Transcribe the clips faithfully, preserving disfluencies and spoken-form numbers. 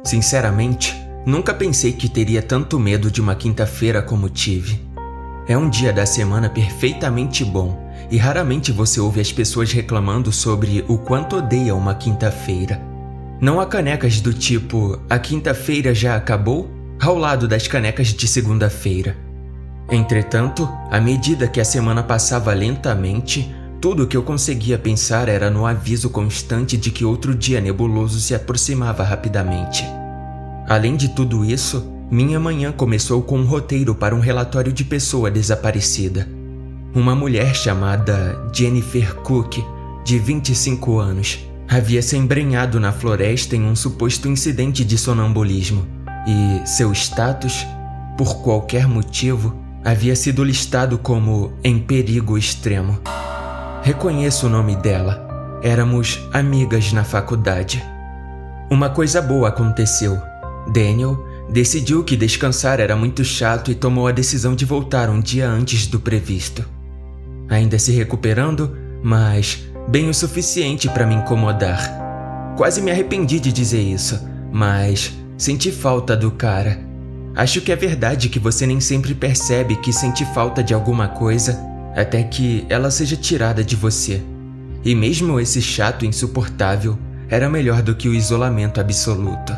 Sinceramente, nunca pensei que teria tanto medo de uma quinta-feira como tive. É um dia da semana perfeitamente bom e raramente você ouve as pessoas reclamando sobre o quanto odeia uma quinta-feira. Não há canecas do tipo "a quinta-feira já acabou" ao lado das canecas de segunda-feira. Entretanto, à medida que a semana passava lentamente, tudo o que eu conseguia pensar era no aviso constante de que outro dia nebuloso se aproximava rapidamente. Além de tudo isso, minha manhã começou com um roteiro para um relatório de pessoa desaparecida. Uma mulher chamada Jennifer Cook, de vinte e cinco anos, havia se embrenhado na floresta em um suposto incidente de sonambulismo, e seu status, por qualquer motivo, havia sido listado como em perigo extremo. Reconheço o nome dela. Éramos amigas na faculdade. Uma coisa boa aconteceu. Daniel decidiu que descansar era muito chato e tomou a decisão de voltar um dia antes do previsto. Ainda se recuperando, mas bem o suficiente para me incomodar. Quase me arrependi de dizer isso, mas senti falta do cara. Acho que é verdade que você nem sempre percebe que sente falta de alguma coisa até que ela seja tirada de você. E mesmo esse chato insuportável era melhor do que o isolamento absoluto.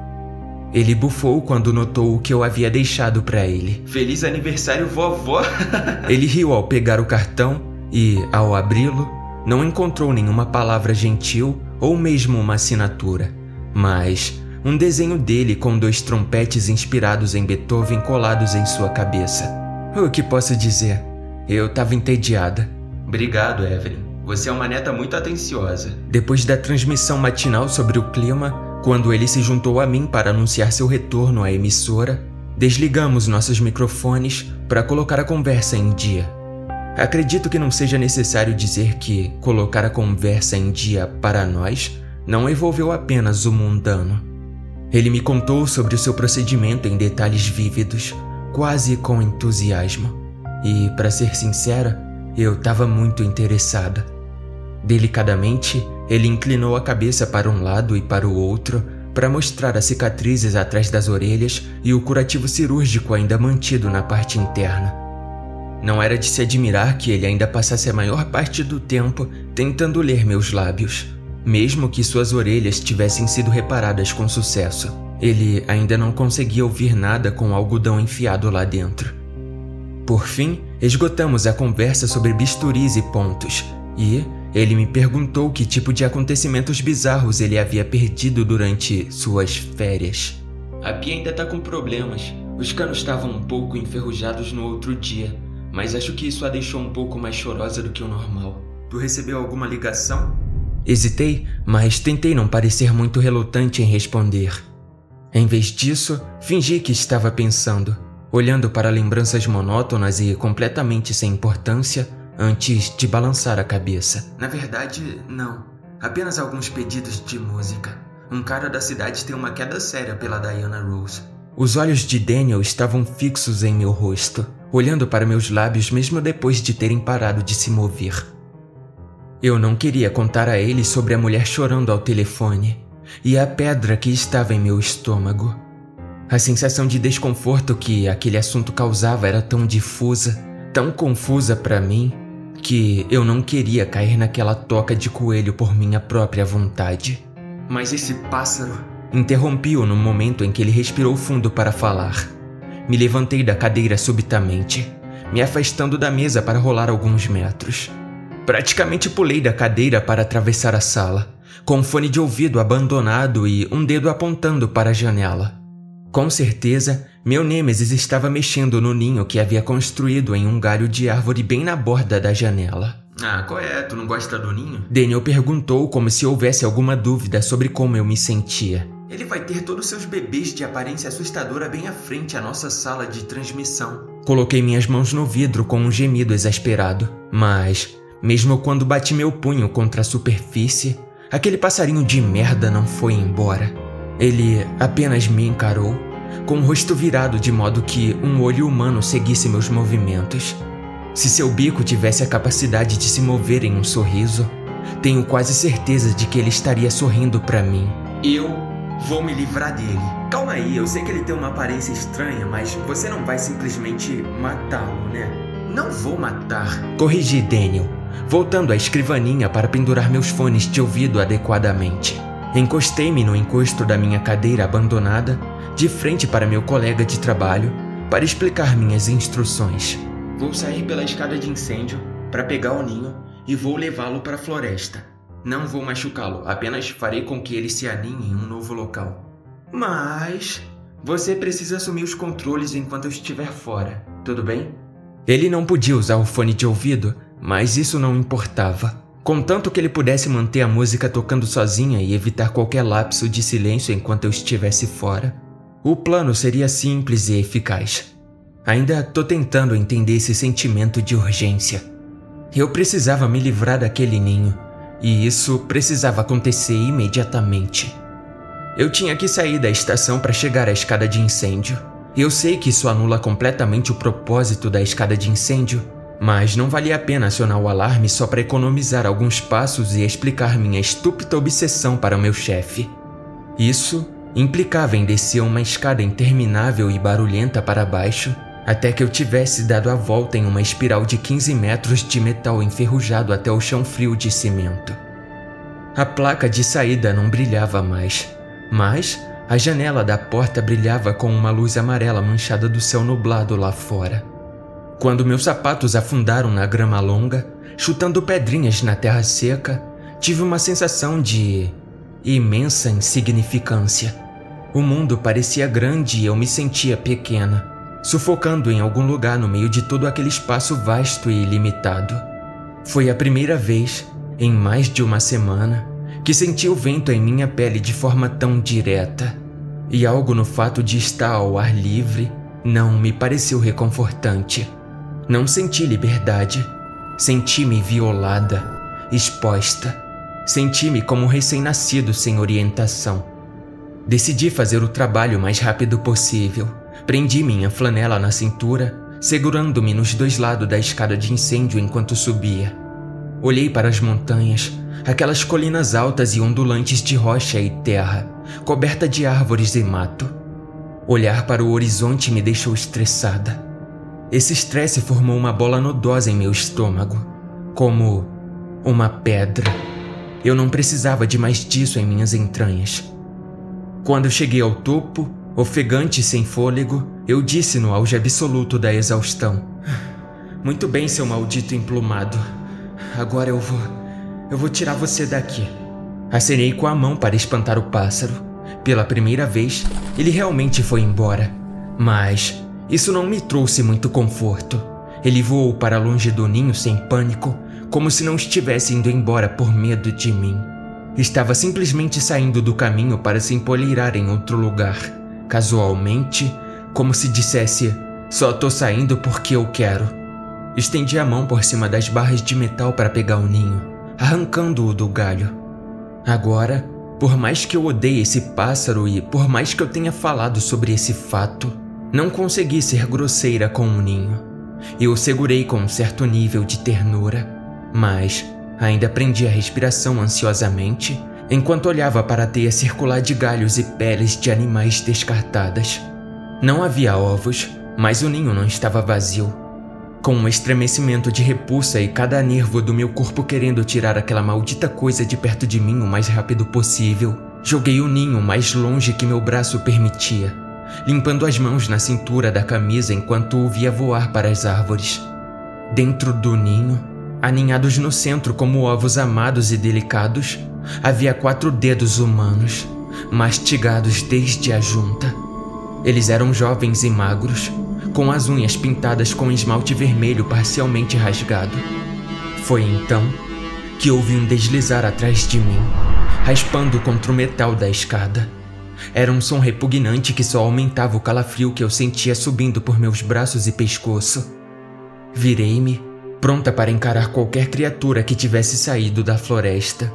Ele bufou quando notou o que eu havia deixado para ele. Feliz aniversário, vovó! Ele riu ao pegar o cartão e, ao abri-lo, não encontrou nenhuma palavra gentil ou mesmo uma assinatura, mas um desenho dele com dois trompetes inspirados em Beethoven colados em sua cabeça. O que posso dizer? Eu estava entediada. Obrigado, Evelyn. Você é uma neta muito atenciosa. Depois da transmissão matinal sobre o clima, quando ele se juntou a mim para anunciar seu retorno à emissora, desligamos nossos microfones para colocar a conversa em dia. Acredito que não seja necessário dizer que colocar a conversa em dia para nós não envolveu apenas o mundano. Ele me contou sobre o seu procedimento em detalhes vívidos, quase com entusiasmo. E, para ser sincera, eu estava muito interessada. Delicadamente, ele inclinou a cabeça para um lado e para o outro para mostrar as cicatrizes atrás das orelhas e o curativo cirúrgico ainda mantido na parte interna. Não era de se admirar que ele ainda passasse a maior parte do tempo tentando ler meus lábios, mesmo que suas orelhas tivessem sido reparadas com sucesso. Ele ainda não conseguia ouvir nada com o algodão enfiado lá dentro. Por fim, esgotamos a conversa sobre bisturis e pontos, e ele me perguntou que tipo de acontecimentos bizarros ele havia perdido durante suas férias. A pia ainda tá com problemas. Os canos estavam um pouco enferrujados no outro dia, mas acho que isso a deixou um pouco mais chorosa do que o normal. Tu recebeu alguma ligação? Hesitei, mas tentei não parecer muito relutante em responder. Em vez disso, fingi que estava pensando, olhando para lembranças monótonas e completamente sem importância, antes de balançar a cabeça. Na verdade, não. Apenas alguns pedidos de música. Um cara da cidade tem uma queda séria pela Diana Rose. Os olhos de Daniel estavam fixos em meu rosto, olhando para meus lábios mesmo depois de terem parado de se mover. Eu não queria contar a ele sobre a mulher chorando ao telefone e a pedra que estava em meu estômago. A sensação de desconforto que aquele assunto causava era tão difusa, tão confusa para mim, que eu não queria cair naquela toca de coelho por minha própria vontade. Mas esse pássaro... Interrompi-o no momento em que ele respirou fundo para falar. Me levantei da cadeira subitamente, me afastando da mesa para rolar alguns metros. Praticamente pulei da cadeira para atravessar a sala, com um fone de ouvido abandonado e um dedo apontando para a janela. Com certeza, meu nêmesis estava mexendo no ninho que havia construído em um galho de árvore bem na borda da janela. Ah, qual é? Tu não gosta do ninho? Daniel perguntou como se houvesse alguma dúvida sobre como eu me sentia. Ele vai ter todos seus bebês de aparência assustadora bem à frente à nossa sala de transmissão. Coloquei minhas mãos no vidro com um gemido exasperado, mas, mesmo quando bati meu punho contra a superfície, aquele passarinho de merda não foi embora. Ele apenas me encarou, com o rosto virado de modo que um olho humano seguisse meus movimentos. Se seu bico tivesse a capacidade de se mover em um sorriso, tenho quase certeza de que ele estaria sorrindo para mim. Eu Vou me livrar dele. Calma aí, eu sei que ele tem uma aparência estranha, mas você não vai simplesmente matá-lo, né? Não vou matar. Corrigi Daniel, voltando à escrivaninha para pendurar meus fones de ouvido adequadamente. Encostei-me no encosto da minha cadeira abandonada, de frente para meu colega de trabalho, para explicar minhas instruções. Vou sair pela escada de incêndio para pegar o ninho e vou levá-lo para a floresta. Não vou machucá-lo, apenas farei com que ele se aninhe em um novo local. Mas você precisa assumir os controles enquanto eu estiver fora, tudo bem? Ele não podia usar o fone de ouvido, mas isso não importava. Contanto que ele pudesse manter a música tocando sozinha e evitar qualquer lapso de silêncio enquanto eu estivesse fora, o plano seria simples e eficaz. Ainda tô tentando entender esse sentimento de urgência. Eu precisava me livrar daquele ninho, e isso precisava acontecer imediatamente. Eu tinha que sair da estação para chegar à escada de incêndio. Eu sei que isso anula completamente o propósito da escada de incêndio, mas não valia a pena acionar o alarme só para economizar alguns passos e explicar minha estúpida obsessão para o meu chefe. Isso implicava em descer uma escada interminável e barulhenta para baixo, até que eu tivesse dado a volta em uma espiral de quinze metros de metal enferrujado até o chão frio de cimento. A placa de saída não brilhava mais, mas a janela da porta brilhava com uma luz amarela manchada do céu nublado lá fora. Quando meus sapatos afundaram na grama longa, chutando pedrinhas na terra seca, tive uma sensação de imensa insignificância. O mundo parecia grande e eu me sentia pequena, sufocando em algum lugar no meio de todo aquele espaço vasto e ilimitado. Foi a primeira vez, em mais de uma semana, que senti o vento em minha pele de forma tão direta, e algo no fato de estar ao ar livre não me pareceu reconfortante. Não senti liberdade, senti-me violada, exposta, senti-me como um recém-nascido sem orientação. Decidi fazer o trabalho o mais rápido possível. Prendi minha flanela na cintura, segurando-me nos dois lados da escada de incêndio enquanto subia. Olhei para as montanhas, aquelas colinas altas e ondulantes de rocha e terra, coberta de árvores e mato. Olhar para o horizonte me deixou estressada. Esse estresse formou uma bola nodosa em meu estômago, como uma pedra. Eu não precisava de mais disso em minhas entranhas. Quando cheguei ao topo, ofegante e sem fôlego, eu disse no auge absoluto da exaustão: "Muito bem, seu maldito emplumado. Agora eu vou... eu vou tirar você daqui." Acenei com a mão para espantar o pássaro. Pela primeira vez, ele realmente foi embora. Mas isso não me trouxe muito conforto. Ele voou para longe do ninho sem pânico, como se não estivesse indo embora por medo de mim. Estava simplesmente saindo do caminho para se empoleirar em outro lugar. Casualmente, como se dissesse: "Só tô saindo porque eu quero." Estendi a mão por cima das barras de metal para pegar o ninho, arrancando-o do galho. Agora, por mais que eu odeie esse pássaro e por mais que eu tenha falado sobre esse fato, não consegui ser grosseira com o ninho. Eu o segurei com um certo nível de ternura, mas ainda prendi a respiração ansiosamente enquanto olhava para a teia circular de galhos e peles de animais descartadas. Não havia ovos, mas o ninho não estava vazio. Com um estremecimento de repulsa e cada nervo do meu corpo querendo tirar aquela maldita coisa de perto de mim o mais rápido possível, joguei o ninho mais longe que meu braço permitia, limpando as mãos na cintura da camisa enquanto o via voar para as árvores. Dentro do ninho, aninhados no centro como ovos amados e delicados, havia quatro dedos humanos, mastigados desde a junta. Eles eram jovens e magros, com as unhas pintadas com esmalte vermelho parcialmente rasgado. Foi então que ouvi um deslizar atrás de mim, raspando contra o metal da escada. Era um som repugnante que só aumentava o calafrio que eu sentia subindo por meus braços e pescoço. Virei-me, pronta para encarar qualquer criatura que tivesse saído da floresta,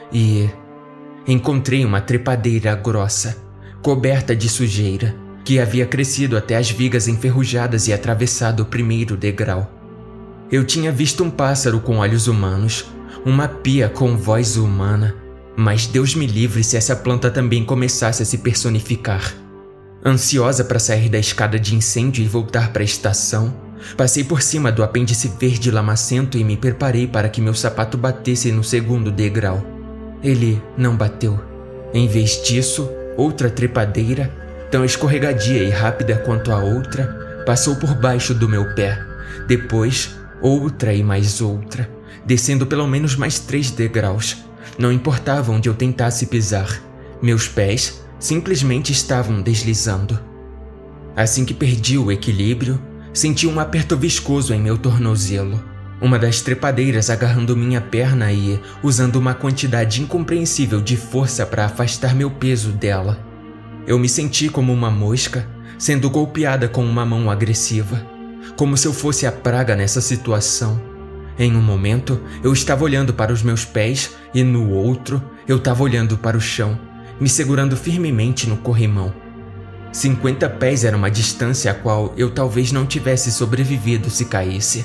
e encontrei uma trepadeira grossa, coberta de sujeira, que havia crescido até as vigas enferrujadas e atravessado o primeiro degrau. Eu tinha visto um pássaro com olhos humanos, uma pia com voz humana, Mas Deus me livre se essa planta também começasse a se personificar. Ansiosa para sair da escada de incêndio e voltar para a estação, passei por cima do apêndice verde lamacento e me preparei para que meu sapato batesse no segundo degrau. Ele não bateu. Em vez disso, outra trepadeira, tão escorregadia e rápida quanto a outra, passou por baixo do meu pé. Depois, outra e mais outra, descendo pelo menos mais três degraus. Não importava onde eu tentasse pisar, meus pés simplesmente estavam deslizando. Assim que perdi o equilíbrio, senti um aperto viscoso em meu tornozelo. Uma das trepadeiras agarrando minha perna e usando uma quantidade incompreensível de força para afastar meu peso dela. Eu me senti como uma mosca sendo golpeada com uma mão agressiva, como se eu fosse a praga nessa situação. Em um momento, eu estava olhando para os meus pés e no outro, eu estava olhando para o chão, me segurando firmemente no corrimão. cinquenta pés era uma distância a qual eu talvez não tivesse sobrevivido se caísse.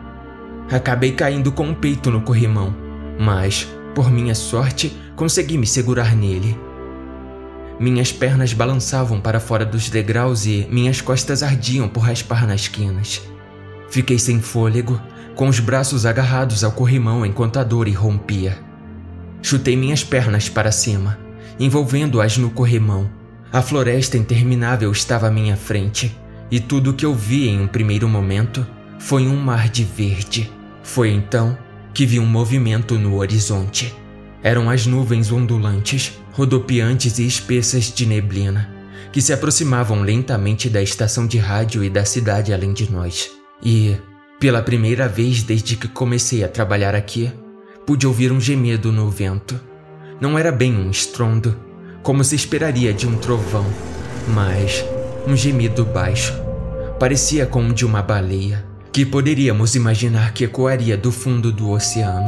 Acabei caindo com o peito no corrimão, mas, por minha sorte, consegui me segurar nele. Minhas pernas balançavam para fora dos degraus e minhas costas ardiam por raspar nas quinas. Fiquei sem fôlego, com os braços agarrados ao corrimão enquanto a dor irrompia. Chutei minhas pernas para cima, envolvendo-as no corrimão. A floresta interminável estava à minha frente, e tudo o que eu vi em um primeiro momento foi um mar de verde. Foi então que vi um movimento no horizonte. Eram as nuvens ondulantes, rodopiantes e espessas de neblina, que se aproximavam lentamente da estação de rádio e da cidade além de nós. E, pela primeira vez desde que comecei a trabalhar aqui, pude ouvir um gemido no vento. Não era bem um estrondo, como se esperaria de um trovão, mas um gemido baixo. Parecia como de uma baleia, que poderíamos imaginar que ecoaria do fundo do oceano.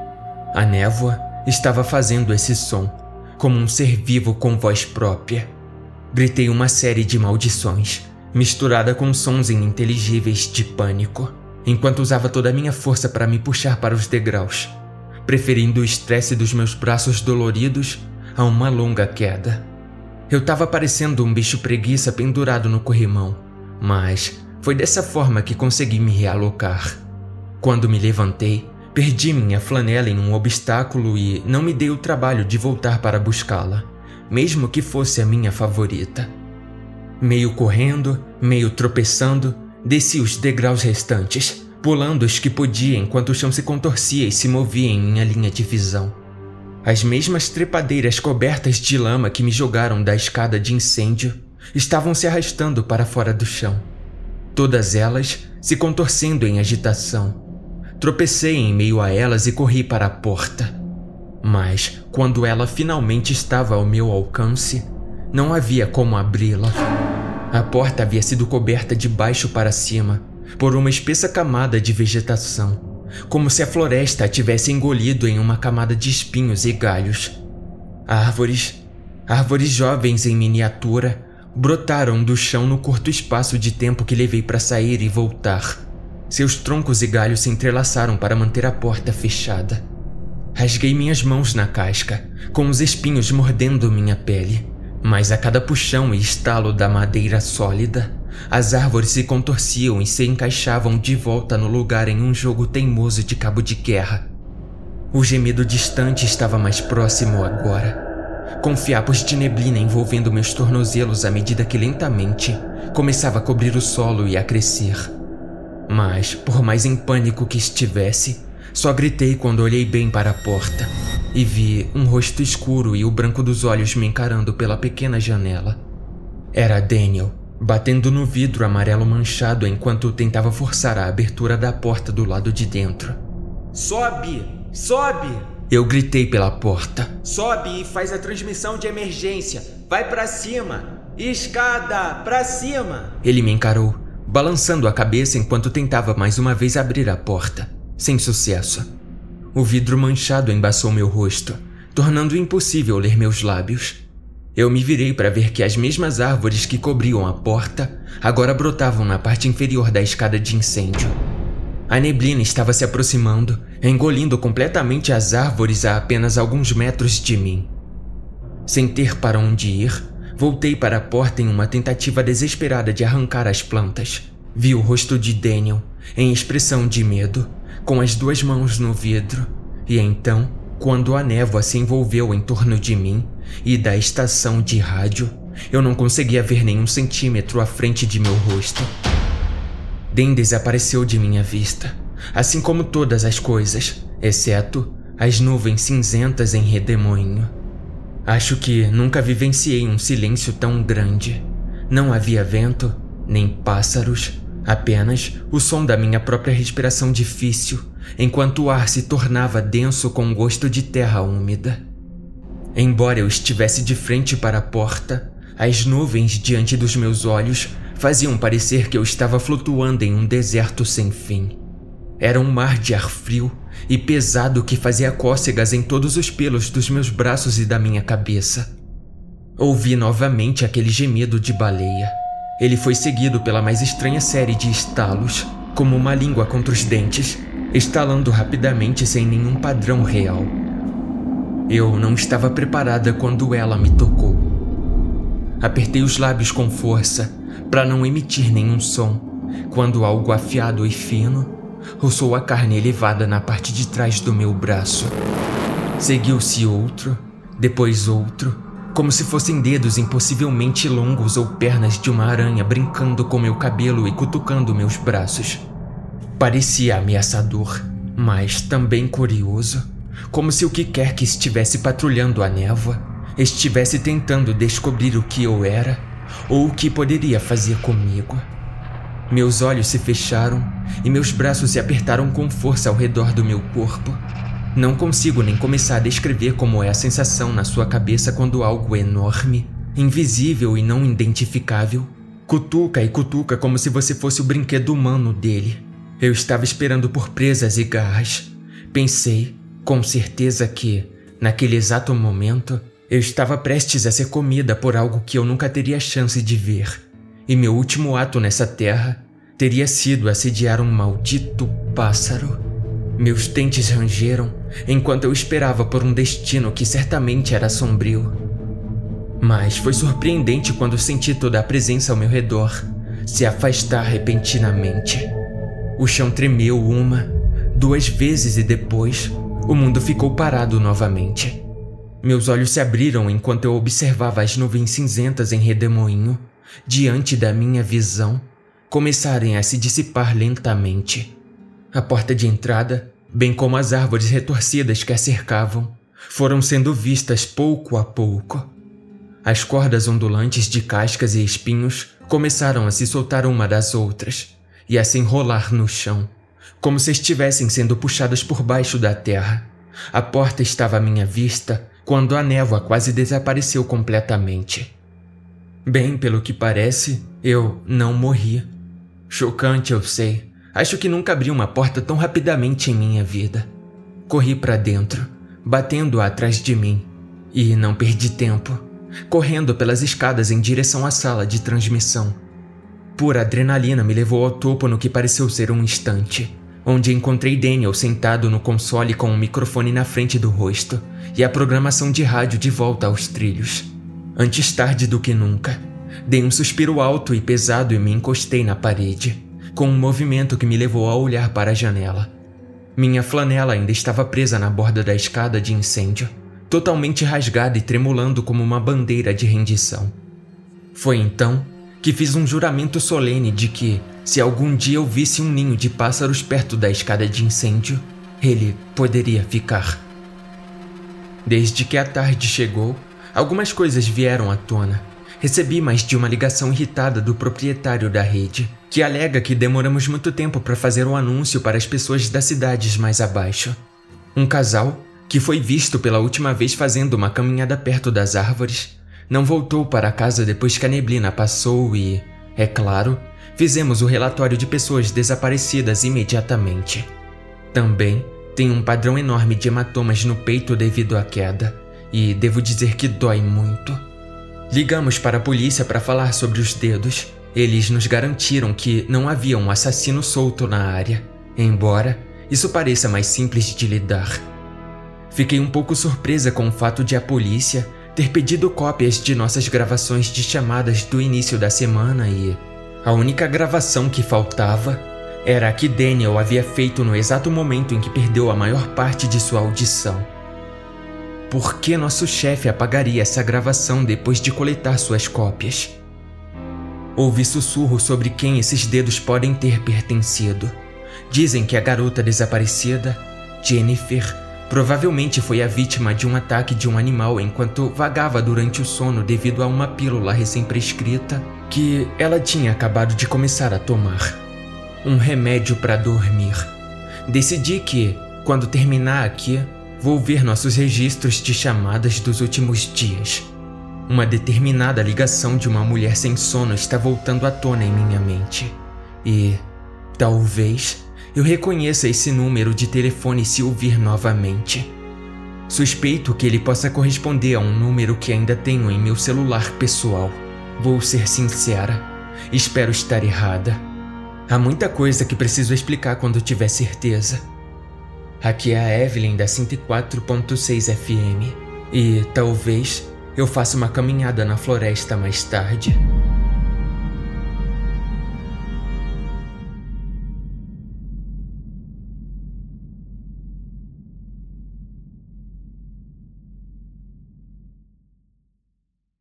A névoa estava fazendo esse som, como um ser vivo com voz própria. Gritei uma série de maldições, misturada com sons ininteligíveis de pânico, enquanto usava toda a minha força para me puxar para os degraus, preferindo o estresse dos meus braços doloridos a uma longa queda. Eu estava parecendo um bicho preguiça pendurado no corrimão, mas foi dessa forma que consegui me realocar. Quando me levantei, perdi minha flanela em um obstáculo e não me dei o trabalho de voltar para buscá-la, mesmo que fosse a minha favorita. Meio correndo, meio tropeçando, desci os degraus restantes, pulando os que podia enquanto o chão se contorcia e se movia em minha linha de visão. As mesmas trepadeiras cobertas de lama que me jogaram da escada de incêndio estavam se arrastando para fora do chão, todas elas se contorcendo em agitação. Tropecei em meio a elas e corri para a porta. Mas, quando ela finalmente estava ao meu alcance, não havia como abri-la. A porta havia sido coberta de baixo para cima por uma espessa camada de vegetação, como se a floresta a tivesse engolido em uma camada de espinhos e galhos. Árvores, árvores jovens em miniatura, brotaram do chão no curto espaço de tempo que levei para sair e voltar. Seus troncos e galhos se entrelaçaram para manter a porta fechada. Rasguei minhas mãos na casca, com os espinhos mordendo minha pele, mas a cada puxão e estalo da madeira sólida, as árvores se contorciam e se encaixavam de volta no lugar em um jogo teimoso de cabo de guerra. O gemido distante estava mais próximo agora, com fiapos de neblina envolvendo meus tornozelos à medida que lentamente começava a cobrir o solo e a crescer. Mas, por mais em pânico que estivesse, só gritei quando olhei bem para a porta e vi um rosto escuro e o branco dos olhos me encarando pela pequena janela. Era Daniel, batendo no vidro amarelo manchado enquanto tentava forçar a abertura da porta do lado de dentro. Sobe! Sobe! Eu gritei pela porta. Sobe e faz a transmissão de emergência. Vai pra cima! Escada! Pra cima! Ele me encarou, balançando a cabeça enquanto tentava mais uma vez abrir a porta, sem sucesso. O vidro manchado embaçou meu rosto, tornando impossível ler meus lábios. Eu me virei para ver que as mesmas árvores que cobriam a porta agora brotavam na parte inferior da escada de incêndio. A neblina estava se aproximando, engolindo completamente as árvores a apenas alguns metros de mim. Sem ter para onde ir, voltei para a porta em uma tentativa desesperada de arrancar as plantas. Vi o rosto de Daniel, em expressão de medo, com as duas mãos no vidro, e então, quando a névoa se envolveu em torno de mim e da estação de rádio, eu não conseguia ver nenhum centímetro à frente de meu rosto. Dan desapareceu de minha vista, assim como todas as coisas, exceto as nuvens cinzentas em redemoinho. Acho que nunca vivenciei um silêncio tão grande. Não havia vento, nem pássaros, apenas o som da minha própria respiração difícil, enquanto o ar se tornava denso com gosto de terra úmida. Embora eu estivesse de frente para a porta, as nuvens diante dos meus olhos faziam parecer que eu estava flutuando em um deserto sem fim. Era um mar de ar frio e pesado que fazia cócegas em todos os pelos dos meus braços e da minha cabeça. Ouvi novamente aquele gemido de baleia. Ele foi seguido pela mais estranha série de estalos, como uma língua contra os dentes, estalando rapidamente sem nenhum padrão real. Eu não estava preparada quando ela me tocou. Apertei os lábios com força, para não emitir nenhum som, quando algo afiado e fino roçou a carne elevada na parte de trás do meu braço. Seguiu-se outro, depois outro, como se fossem dedos impossivelmente longos ou pernas de uma aranha brincando com meu cabelo e cutucando meus braços. Parecia ameaçador, mas também curioso, como se o que quer que estivesse patrulhando a névoa estivesse tentando descobrir o que eu era ou o que poderia fazer comigo. Meus olhos se fecharam e meus braços se apertaram com força ao redor do meu corpo. Não consigo nem começar a descrever como é a sensação na sua cabeça quando algo enorme, invisível e não identificável, cutuca e cutuca como se você fosse o brinquedo humano dele. Eu estava esperando por presas e garras. Pensei, com certeza, que, naquele exato momento, eu estava prestes a ser comida por algo que eu nunca teria chance de ver. E meu último ato nessa terra teria sido assediar um maldito pássaro. Meus dentes rangeram enquanto eu esperava por um destino que certamente era sombrio. Mas foi surpreendente quando senti toda a presença ao meu redor se afastar repentinamente. O chão tremeu uma, duas vezes e depois o mundo ficou parado novamente. Meus olhos se abriram enquanto eu observava as nuvens cinzentas em redemoinho, diante da minha visão, começarem a se dissipar lentamente. A porta de entrada, bem como as árvores retorcidas que a cercavam, foram sendo vistas pouco a pouco. As cordas ondulantes de cascas e espinhos começaram a se soltar uma das outras e a se enrolar no chão, como se estivessem sendo puxadas por baixo da terra. A porta estava à minha vista quando a névoa quase desapareceu completamente. Bem, pelo que parece, eu não morri. Chocante, eu sei. Acho que nunca abri uma porta tão rapidamente em minha vida. Corri para dentro, batendo-a atrás de mim, e não perdi tempo, correndo pelas escadas em direção à sala de transmissão. Pura adrenalina me levou ao topo no que pareceu ser um instante, onde encontrei Daniel sentado no console com um microfone na frente do rosto e a programação de rádio de volta aos trilhos. Antes tarde do que nunca, dei um suspiro alto e pesado e me encostei na parede, com um movimento que me levou a olhar para a janela. Minha flanela ainda estava presa na borda da escada de incêndio, totalmente rasgada e tremulando como uma bandeira de rendição. Foi então que fiz um juramento solene de que, se algum dia eu visse um ninho de pássaros perto da escada de incêndio, ele poderia ficar. Desde que a tarde chegou, algumas coisas vieram à tona. Recebi mais de uma ligação irritada do proprietário da rede, que alega que demoramos muito tempo para fazer um anúncio para as pessoas das cidades mais abaixo. Um casal, que foi visto pela última vez fazendo uma caminhada perto das árvores, não voltou para casa depois que a neblina passou e, é claro, fizemos o relatório de pessoas desaparecidas imediatamente. Também tem um padrão enorme de hematomas no peito devido à queda, e devo dizer que dói muito. Ligamos para a polícia para falar sobre os dedos. Eles nos garantiram que não havia um assassino solto na área. embora isso pareça mais simples de lidar. Fiquei um pouco surpresa com o fato de a polícia ter pedido cópias de nossas gravações de chamadas do início da semana e a única gravação que faltava era a que Daniel havia feito no exato momento em que perdeu a maior parte de sua audição. Por que nosso chefe apagaria essa gravação depois de coletar suas cópias? Houve sussurro sobre quem esses dedos podem ter pertencido. Dizem que a garota desaparecida, Jennifer, provavelmente foi a vítima de um ataque de um animal enquanto vagava durante o sono devido a uma pílula recém-prescrita que ela tinha acabado de começar a tomar. Um remédio para dormir. Decidi que, quando terminar aqui, vou ver nossos registros de chamadas dos últimos dias. Uma determinada ligação de uma mulher sem sono está voltando à tona em minha mente. E, talvez, eu reconheça esse número de telefone se ouvir novamente. Suspeito que ele possa corresponder a um número que ainda tenho em meu celular pessoal. Vou ser sincera, espero estar errada. Há muita coisa que preciso explicar quando tiver certeza. Aqui é a Evelyn da cento e quatro ponto seis F M e talvez eu faça uma caminhada na floresta mais tarde.